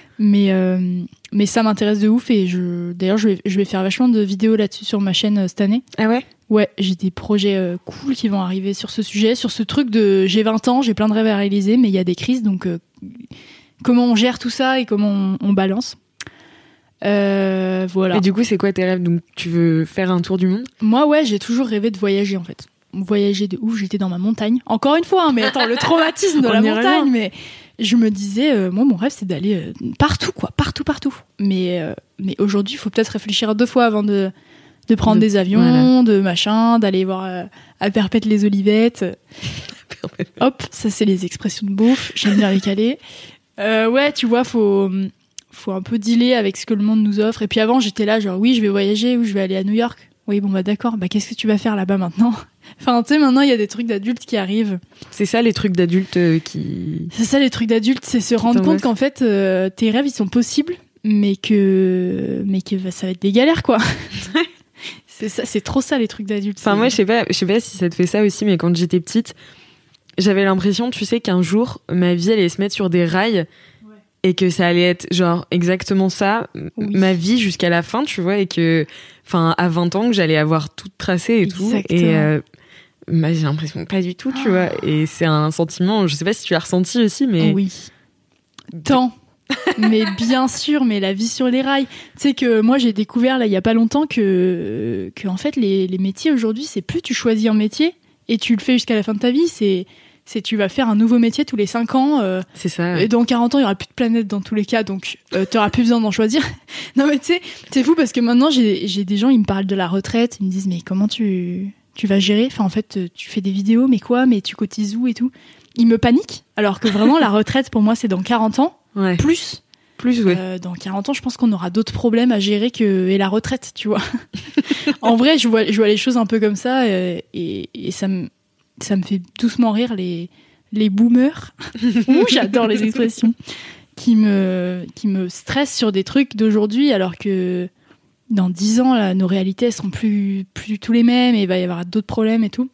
Mais ça m'intéresse de ouf et d'ailleurs, je vais faire vachement de vidéos là-dessus sur ma chaîne cette année. Ah ouais ? Ouais, j'ai des projets cool qui vont arriver sur ce sujet, sur ce truc de j'ai 20 ans, j'ai plein de rêves à réaliser, mais il y a des crises, donc comment on gère tout ça et comment on balance. Voilà. Et du coup, c'est quoi tes rêves ? Donc, tu veux faire un tour du monde ? Moi, ouais, j'ai toujours rêvé de voyager, en fait. Voyager de ouf, j'étais dans ma montagne. Encore une fois, hein, mais attends, le traumatisme de la montagne, mais je me disais, moi, mon rêve, c'est d'aller partout, quoi. Partout. Mais aujourd'hui, il faut peut-être réfléchir 2 fois avant de prendre des avions, de machin, d'aller voir à Perpète les Olivettes. Hop, ça, c'est les expressions de beauf. J'aime bien les caler. Ouais, tu vois, faut un peu dealer avec ce que le monde nous offre. Et puis avant, j'étais là, genre, oui, je vais voyager ou je vais aller à New York. Oui, bon, bah d'accord, bah qu'est-ce que tu vas faire là-bas maintenant ? Enfin, tu sais, maintenant, il y a des trucs d'adultes qui arrivent. C'est ça, les trucs d'adultes C'est ça, les trucs d'adultes, c'est se rendre compte qu'en fait, tes rêves, ils sont possibles, mais que ça va être des galères, quoi. C'est ça, c'est trop ça, les trucs d'adultes. Enfin, moi, je sais pas si ça te fait ça aussi, mais quand j'étais petite, j'avais l'impression, tu sais, qu'un jour, ma vie allait se mettre sur des rails. Et que ça allait être genre exactement ça, ma vie jusqu'à la fin, tu vois, et que, enfin, à 20 ans, que j'allais avoir tout tracé et tout. Et Bah, j'ai l'impression que pas du tout, tu vois. Et c'est un sentiment, je sais pas si tu l'as ressenti aussi, mais... Oui. Tant. Mais bien sûr, mais la vie sur les rails. Tu sais que moi, j'ai découvert, là, il y a pas longtemps que en fait, les métiers aujourd'hui, c'est plus tu choisis un métier et tu le fais jusqu'à la fin de ta vie, c'est tu vas faire un nouveau métier tous les 5 ans. C'est ça. Et dans 40 ans, il y aura plus de planète dans tous les cas, donc t'auras plus besoin d'en choisir. Non mais tu sais, c'est fou parce que maintenant, j'ai des gens, ils me parlent de la retraite, ils me disent, mais comment tu vas gérer ? Enfin, en fait, tu fais des vidéos, mais quoi ? Mais tu cotises où et tout ? Ils me paniquent, alors que vraiment, la retraite, pour moi, c'est dans 40 ans. Ouais. Plus, ouais. dans 40 ans, je pense qu'on aura d'autres problèmes à gérer et la retraite, tu vois. En vrai, je vois les choses un peu comme ça, et ça me fait doucement rire les boomers. J'adore les expressions qui me stressent sur des trucs d'aujourd'hui, alors que dans 10 ans, là, nos réalités elles seront plus du tout les mêmes, et il va y avoir d'autres problèmes et tout.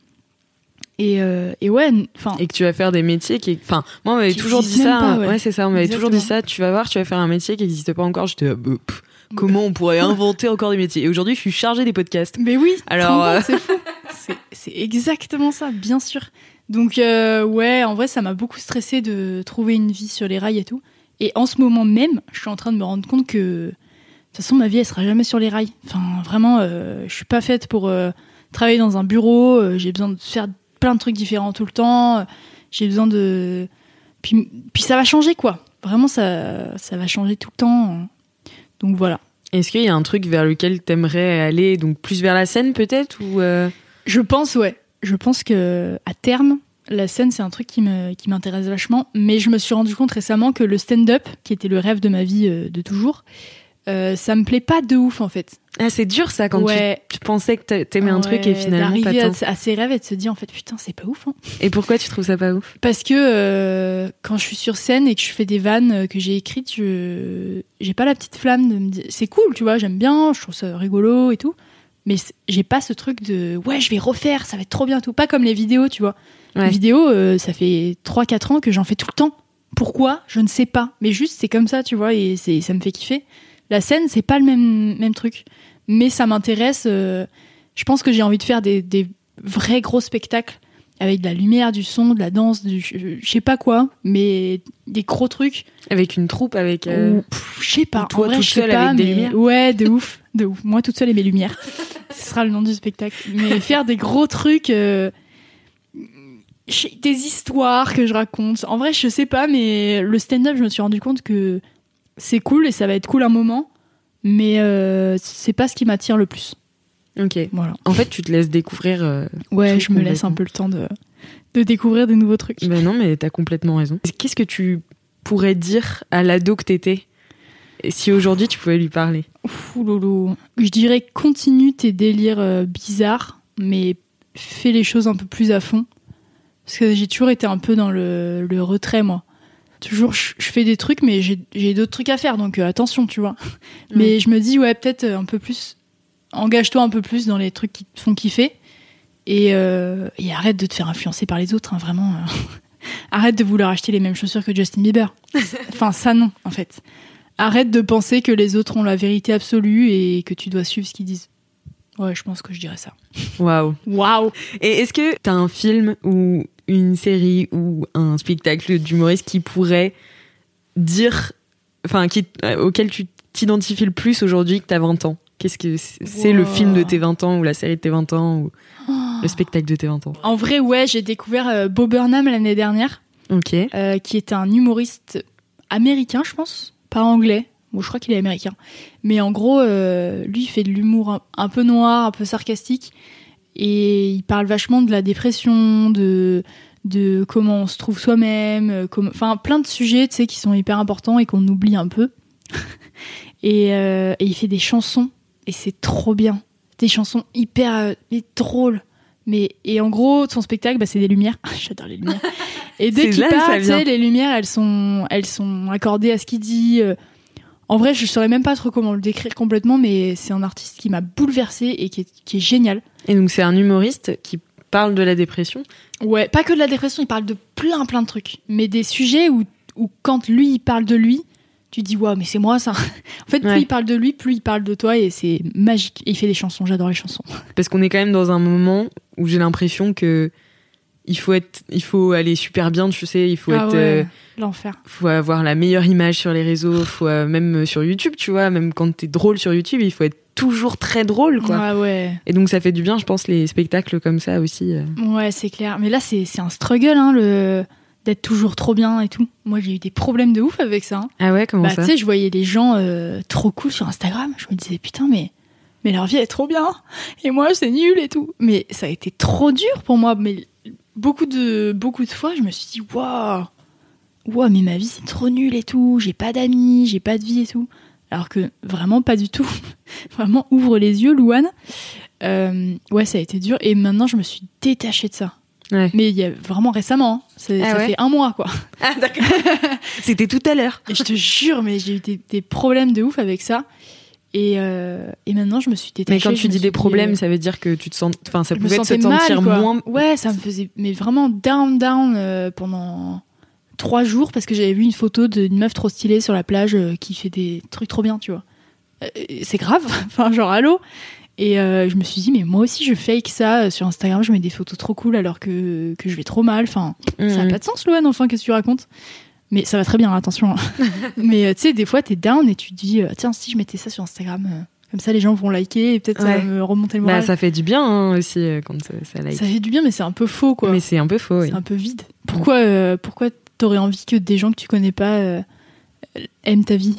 Et ouais, enfin. Et que tu vas faire des métiers moi, on m'avait toujours dit ça. Ouais, c'est ça. On m'avait toujours dit ça. Tu vas voir, tu vas faire un métier qui n'existe pas encore. J'étais, comment on pourrait inventer encore des métiers ? Et aujourd'hui, je suis chargée des podcasts. Mais oui. Alors, c'est fou. C'est exactement ça, bien sûr. Donc, ouais, en vrai, ça m'a beaucoup stressée de trouver une vie sur les rails et tout. Et en ce moment même, je suis en train de me rendre compte que, de toute façon, ma vie, elle sera jamais sur les rails. Enfin, vraiment, je suis pas faite pour travailler dans un bureau. J'ai besoin de faire plein de trucs différents tout le temps. J'ai besoin de... Puis ça va changer, quoi. Vraiment, ça va changer tout le temps. Donc, voilà. Est-ce qu'il y a un truc vers lequel t'aimerais aller, donc plus vers la scène, peut-être, ou Je pense, ouais. Je pense que à terme, la scène, c'est un truc qui m'intéresse vachement. Mais je me suis rendu compte récemment que le stand-up, qui était le rêve de ma vie de toujours, ça me plaît pas de ouf, en fait. Ah, c'est dur, ça, quand tu pensais que t'aimais un truc et finalement pas tant. D'arriver à ses rêves et de se dire, en fait, putain, c'est pas ouf. Hein. Et pourquoi tu trouves ça pas ouf ? Parce que quand je suis sur scène et que je fais des vannes que j'ai écrites, j'ai pas la petite flamme de me dire... C'est cool, tu vois, j'aime bien, je trouve ça rigolo et tout. Mais j'ai pas ce truc de ouais, je vais refaire, ça va être trop bien, tout. Pas comme les vidéos, tu vois. Ouais. Les vidéos, ça fait 3-4 ans que j'en fais tout le temps. Pourquoi ? Je ne sais pas. Mais juste, c'est comme ça, tu vois, et ça me fait kiffer. La scène, c'est pas le même truc. Mais ça m'intéresse. Je pense que j'ai envie de faire des vrais gros spectacles avec de la lumière, du son, de la danse, je sais pas quoi, mais des gros trucs. Avec une troupe, avec... Je sais pas. Toi, en vrai, toute seule avec des lumières. Ouais, de ouf. Moi, toute seule et mes lumières. Ce sera le nom du spectacle. Mais faire des gros trucs... des histoires que je raconte. En vrai, je sais pas, mais le stand-up, je me suis rendu compte que c'est cool et ça va être cool un moment, mais c'est pas ce qui m'attire le plus. Ok. Voilà. En fait, tu te laisses découvrir. Ouais, je me laisse un peu le temps de découvrir des nouveaux trucs. Ben non, mais t'as complètement raison. Qu'est-ce que tu pourrais dire à l'ado que t'étais si aujourd'hui tu pouvais lui parler ? Ouh lolo. Je dirais continue tes délires bizarres, mais fais les choses un peu plus à fond. Parce que j'ai toujours été un peu dans le retrait, moi. Toujours, je fais des trucs, mais j'ai d'autres trucs à faire, donc attention, tu vois. Mais je me dis, ouais, peut-être un peu plus... Engage-toi un peu plus dans les trucs qui te font kiffer. Et arrête de te faire influencer par les autres, hein, vraiment. Arrête de vouloir acheter les mêmes chaussures que Justin Bieber. Enfin, ça non, en fait. Arrête de penser que les autres ont la vérité absolue et que tu dois suivre ce qu'ils disent. Ouais, je pense que je dirais ça. Waouh. Et est-ce que t'as un film ou une série ou un spectacle d'humoriste qui pourrait dire... Enfin, auquel tu t'identifies le plus aujourd'hui que t'as 20 ans ? Qu'est-ce que c'est le film de tes 20 ans ou la série de tes 20 ans ou le spectacle de tes 20 ans ? En vrai, ouais, j'ai découvert Bo Burnham l'année dernière. Ok. Qui est un humoriste américain, je pense. Pas anglais. Bon, je crois qu'il est américain. Mais en gros, lui, il fait de l'humour un peu noir, un peu sarcastique. Et il parle vachement de la dépression, de comment on se trouve soi-même. Enfin, plein de sujets, tu sais, qui sont hyper importants et qu'on oublie un peu. Et il fait des chansons. Et c'est trop bien. Des chansons hyper drôles. Et en gros, son spectacle, c'est des lumières. J'adore les lumières. Et dès qu'il parle, tu sais, les lumières, elles sont accordées à ce qu'il dit. En vrai, je saurais même pas trop comment le décrire complètement, mais c'est un artiste qui m'a bouleversée et qui est génial. Et donc, c'est un humoriste qui parle de la dépression ? Ouais, pas que de la dépression, il parle de plein de trucs. Mais des sujets où quand lui, il parle de lui, tu te dis, waouh, mais c'est moi ça. En fait, plus il parle de lui, plus il parle de toi et c'est magique. Et il fait des chansons, j'adore les chansons. Parce qu'on est quand même dans un moment où j'ai l'impression que il faut aller super bien, tu sais, il faut l'enfer. Faut avoir la meilleure image sur les réseaux, faut même sur YouTube, tu vois, même quand t'es drôle sur YouTube, il faut être toujours très drôle, quoi. Ah ouais. Et donc ça fait du bien, je pense, les spectacles comme ça aussi. Ouais, c'est clair. Mais là, c'est un struggle, hein, d'être toujours trop bien et tout. Moi, j'ai eu des problèmes de ouf avec ça. Hein. Ah ouais, comment ça ? Tu sais, je voyais des gens trop cool sur Instagram. Je me disais, putain, mais leur vie est trop bien. Et moi, c'est nul et tout. Mais ça a été trop dur pour moi. Mais beaucoup de fois, je me suis dit, waouh, mais ma vie, c'est trop nul et tout. J'ai pas d'amis, j'ai pas de vie et tout. Alors que vraiment pas du tout. Vraiment, ouvre les yeux, Louane. Ouais, ça a été dur. Et maintenant, je me suis détachée de ça. Ouais. Mais il y a vraiment récemment. Hein. Ça fait 1 mois, quoi. Ah, d'accord. C'était tout à l'heure. Et je te jure, mais j'ai eu des problèmes de ouf avec ça. Et maintenant, je me suis détachée. Mais quand tu dis des problèmes, ça veut dire que tu te sens... Enfin, ça pouvait te sentir mal, moins... Ouais, ça me faisait mais vraiment down pendant 3 jours parce que j'avais vu une photo d'une meuf trop stylée sur la plage qui fait des trucs trop bien, tu vois. C'est grave. Enfin, genre, allô. Et je me suis dit, mais moi aussi, je fake ça sur Instagram. Je mets des photos trop cool alors que je vais trop mal. Enfin, ça n'a pas de sens, Louane, enfin, qu'est-ce que tu racontes ? Mais ça va très bien, attention. Mais tu sais, des fois, t'es down et tu te dis, tiens, si je mettais ça sur Instagram, comme ça, les gens vont liker et peut-être ça va me remonter le moral. Bah, ça fait du bien hein, aussi quand ça like. Ça fait du bien, mais c'est un peu faux, quoi. Mais c'est un peu faux, c'est un peu vide. Pourquoi t'aurais envie que des gens que tu connais pas aiment ta vie ?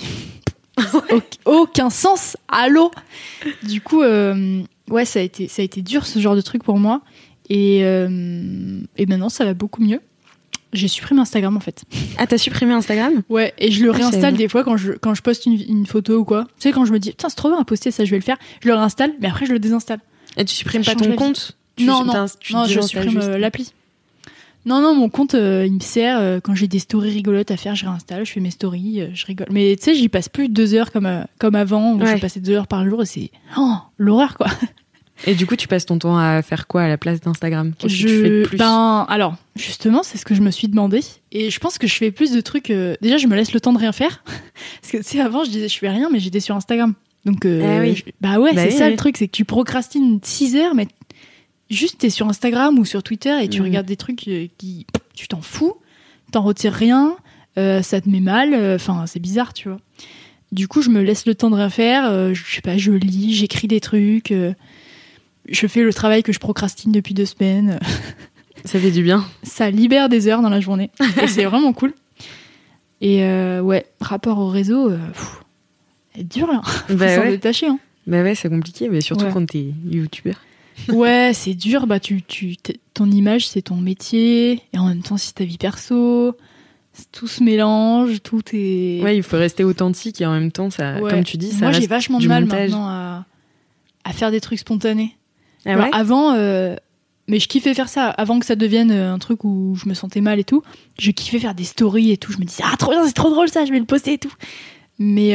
Aucun sens, allô. Du coup, ouais, ça a été dur ce genre de truc pour moi. Et maintenant, ça va beaucoup mieux. J'ai supprimé Instagram en fait. Ah, t'as supprimé Instagram ? Ouais, et je le réinstalle des fois quand je poste une photo ou quoi. Tu sais, quand je me dis, putain, c'est trop bien à poster ça, je vais le faire, je le réinstalle, mais après je le désinstalle. Et tu supprimes pas ton compte ? Non, je supprime l'appli. Non, mon compte, il me sert quand j'ai des stories rigolotes à faire, je réinstalle, je fais mes stories, je rigole. Mais tu sais, j'y passe plus de 2 heures comme avant, où je passais 2 heures par jour et c'est l'horreur, quoi. Et du coup, tu passes ton temps à faire quoi à la place d'Instagram ? Qu'est-ce que tu fais de plus ? Alors, justement, c'est ce que je me suis demandé. Et je pense que je fais plus de trucs... Déjà, je me laisse le temps de rien faire. Parce que, tu sais, avant, je disais, je fais rien, mais j'étais sur Instagram. Donc, c'est le truc, c'est que tu procrastines 6 heures, mais juste, t'es sur Instagram ou sur Twitter et tu regardes des trucs qui... Tu t'en fous, t'en retires rien, ça te met mal. Enfin, c'est bizarre, tu vois. Du coup, je me laisse le temps de rien faire. Je sais pas, je lis, j'écris des trucs... Je fais le travail que je procrastine depuis 2 semaines. Ça fait du bien. Ça libère des heures dans la journée. Et c'est vraiment cool. Et ouais, rapport au réseau, c'est dur là. Faut s'en détacher. Hein. Bah ouais, c'est compliqué, mais surtout quand t'es youtubeur. Ouais, c'est dur. Bah, ton image, c'est ton métier. Et en même temps, c'est ta vie perso. Tout se mélange, tout est... Ouais, il faut rester authentique et en même temps, ça, comme tu dis, ça reste du montage. Moi, j'ai vachement de mal maintenant à faire des trucs spontanés. Ah alors ouais avant, mais je kiffais faire ça avant que ça devienne un truc où je me sentais mal et tout. Je kiffais faire des stories et tout. Je me disais trop bien, c'est trop drôle ça, je vais le poster et tout. Mais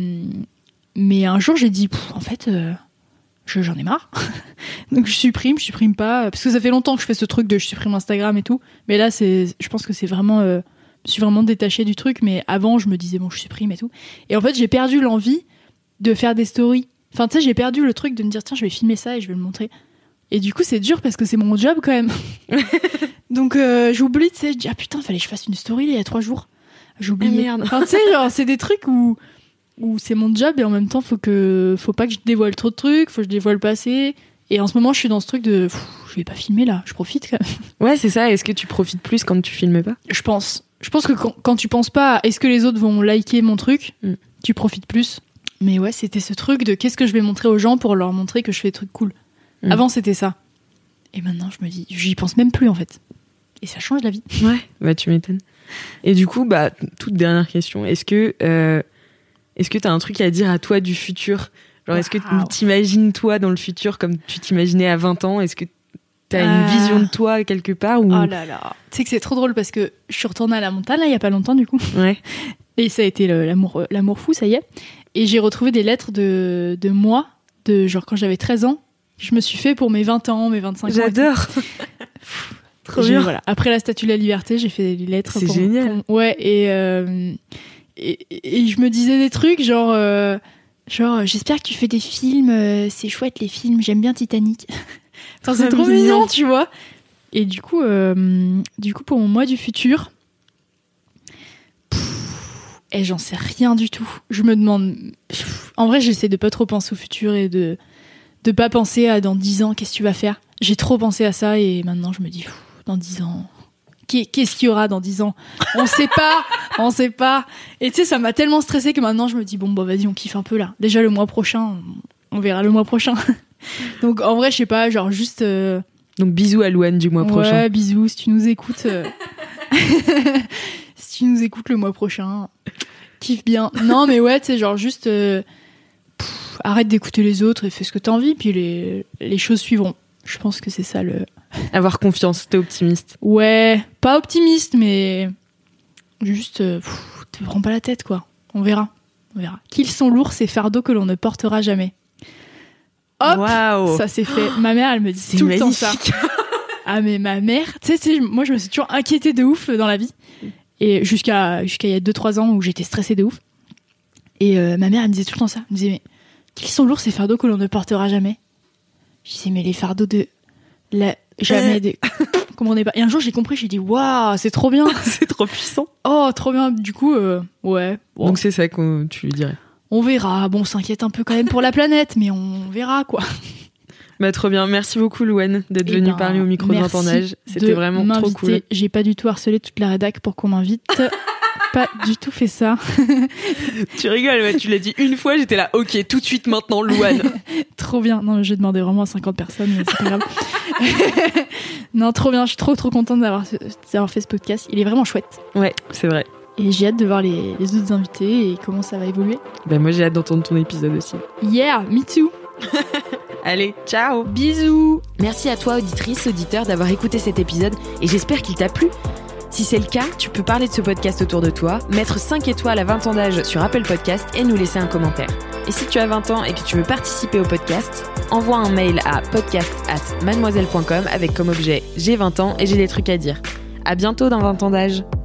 un jour j'ai dit en fait j'en ai marre. Donc je supprime pas parce que ça fait longtemps que je fais ce truc de je supprime Instagram et tout. Mais là je pense que c'est vraiment je suis vraiment détachée du truc. Mais avant je me disais bon je supprime et tout. Et en fait j'ai perdu l'envie de faire des stories. Enfin, tu sais, j'ai perdu le truc de me dire, tiens, je vais filmer ça et je vais le montrer. Et du coup, c'est dur parce que c'est mon job quand même. Donc, j'oublie, tu sais, je dis, ah putain, fallait que je fasse une story il y a 3 jours. J'oublie. Ah, merde. Enfin, tu sais, genre, c'est des trucs où c'est mon job et en même temps, faut pas que je dévoile trop de trucs, faut que je dévoile pas assez. Et en ce moment, je suis dans ce truc de, je vais pas filmer là, je profite quand même. Ouais, c'est ça. Est-ce que tu profites plus quand tu filmes pas ? Je pense que quand tu penses pas, est-ce que les autres vont liker mon truc, tu profites plus. Mais ouais, c'était ce truc de qu'est-ce que je vais montrer aux gens pour leur montrer que je fais des trucs cool. Avant, c'était ça. Et maintenant, je me dis, j'y pense même plus en fait. Et ça change la vie. Ouais, bah tu m'étonnes. Et du coup, bah, toute dernière question. Est-ce que t'as un truc à dire à toi du futur ? Genre, est-ce que tu t'imagines toi dans le futur comme tu t'imaginais à 20 ans ? Est-ce que t'as une vision de toi quelque part ou... Oh là là. Tu sais que c'est trop drôle parce que je suis retournée à la montagne là, il y a pas longtemps du coup. Ouais. Et ça a été l'amour fou, ça y est. Et j'ai retrouvé des lettres de moi, de genre quand j'avais 13 ans. Je me suis fait pour mes 20 ans, mes 25 ans. J'adore. Trop bien. Voilà. Après la Statue de la Liberté, j'ai fait des lettres. C'est génial. Ouais, et je me disais des trucs genre j'espère que tu fais des films, c'est chouette les films, j'aime bien Titanic. Enfin, c'est trop mignon, tu vois. Et du coup, pour mon mois du futur, j'en sais rien du tout. Je me demande... En vrai, j'essaie de pas trop penser au futur et de pas penser à dans 10 ans, qu'est-ce que tu vas faire. J'ai trop pensé à ça et maintenant, je me dis, dans 10 ans... Qu'est-ce qu'il y aura dans 10 ans ? On sait pas. Et tu sais, ça m'a tellement stressée que maintenant, je me dis, bon, vas-y, on kiffe un peu là. Déjà, le mois prochain, on verra le mois prochain. Donc, en vrai, je sais pas, genre juste... Donc, bisous à Louane du mois prochain. Ouais, bisous, si tu nous écoutes... Si tu nous écoutes le mois prochain, kiffe bien. Non, mais ouais, tu sais, genre juste... arrête d'écouter les autres et fais ce que t'as envie, puis les choses suivront. Je pense que c'est ça le... Avoir confiance, t'es optimiste. Ouais, pas optimiste, mais juste, te prends pas la tête, quoi. On verra. Qu'ils sont lourds, ces fardeaux que l'on ne portera jamais. Hop, wow. Ça c'est fait. Ma mère, elle me dit c'est tout le temps ça. Ah mais ma mère, tu sais, moi je me suis toujours inquiétée de ouf dans la vie. Et jusqu'à il y a 2-3 ans où j'étais stressée de ouf. Et ma mère, elle me disait tout le temps ça. Elle me disait, mais qu'ils sont lourds ces fardeaux que l'on ne portera jamais. Je disais, mais les fardeaux de... Jamais des... Comment on est pas... Et un jour, j'ai compris, j'ai dit, waouh, c'est trop bien. C'est trop puissant. Oh, trop bien. Du coup, ouais. Bon. Donc c'est ça que tu lui dirais. On verra. Bon, on s'inquiète un peu quand même pour la planète, mais on verra, quoi. Bah, trop bien. Merci beaucoup, Louane, d'être venue parler au micro de Vintandage. C'était vraiment trop cool. J'ai pas du tout harcelé toute la rédac pour qu'on m'invite. Pas du tout fait ça. Tu rigoles, ouais, tu l'as dit une fois, j'étais là, ok, tout de suite maintenant, Louane. Trop bien. Non, j'ai demandé vraiment à 50 personnes, mais c'est pas grave. Non, trop bien. Je suis trop contente d'avoir fait ce podcast. Il est vraiment chouette. Ouais, c'est vrai. Et j'ai hâte de voir les autres invités et comment ça va évoluer. Bah, moi, j'ai hâte d'entendre ton épisode aussi. Yeah, me too. Allez, ciao. Bisous. Merci à toi, auditrice, auditeur, d'avoir écouté cet épisode et j'espère qu'il t'a plu. Si c'est le cas, tu peux parler de ce podcast autour de toi, mettre 5 étoiles à Vintandage sur Apple Podcast et nous laisser un commentaire. Et si tu as 20 ans et que tu veux participer au podcast, envoie un mail à podcast@mademoiselle.com avec comme objet « J'ai 20 ans et j'ai des trucs à dire ». À bientôt dans Vintandage.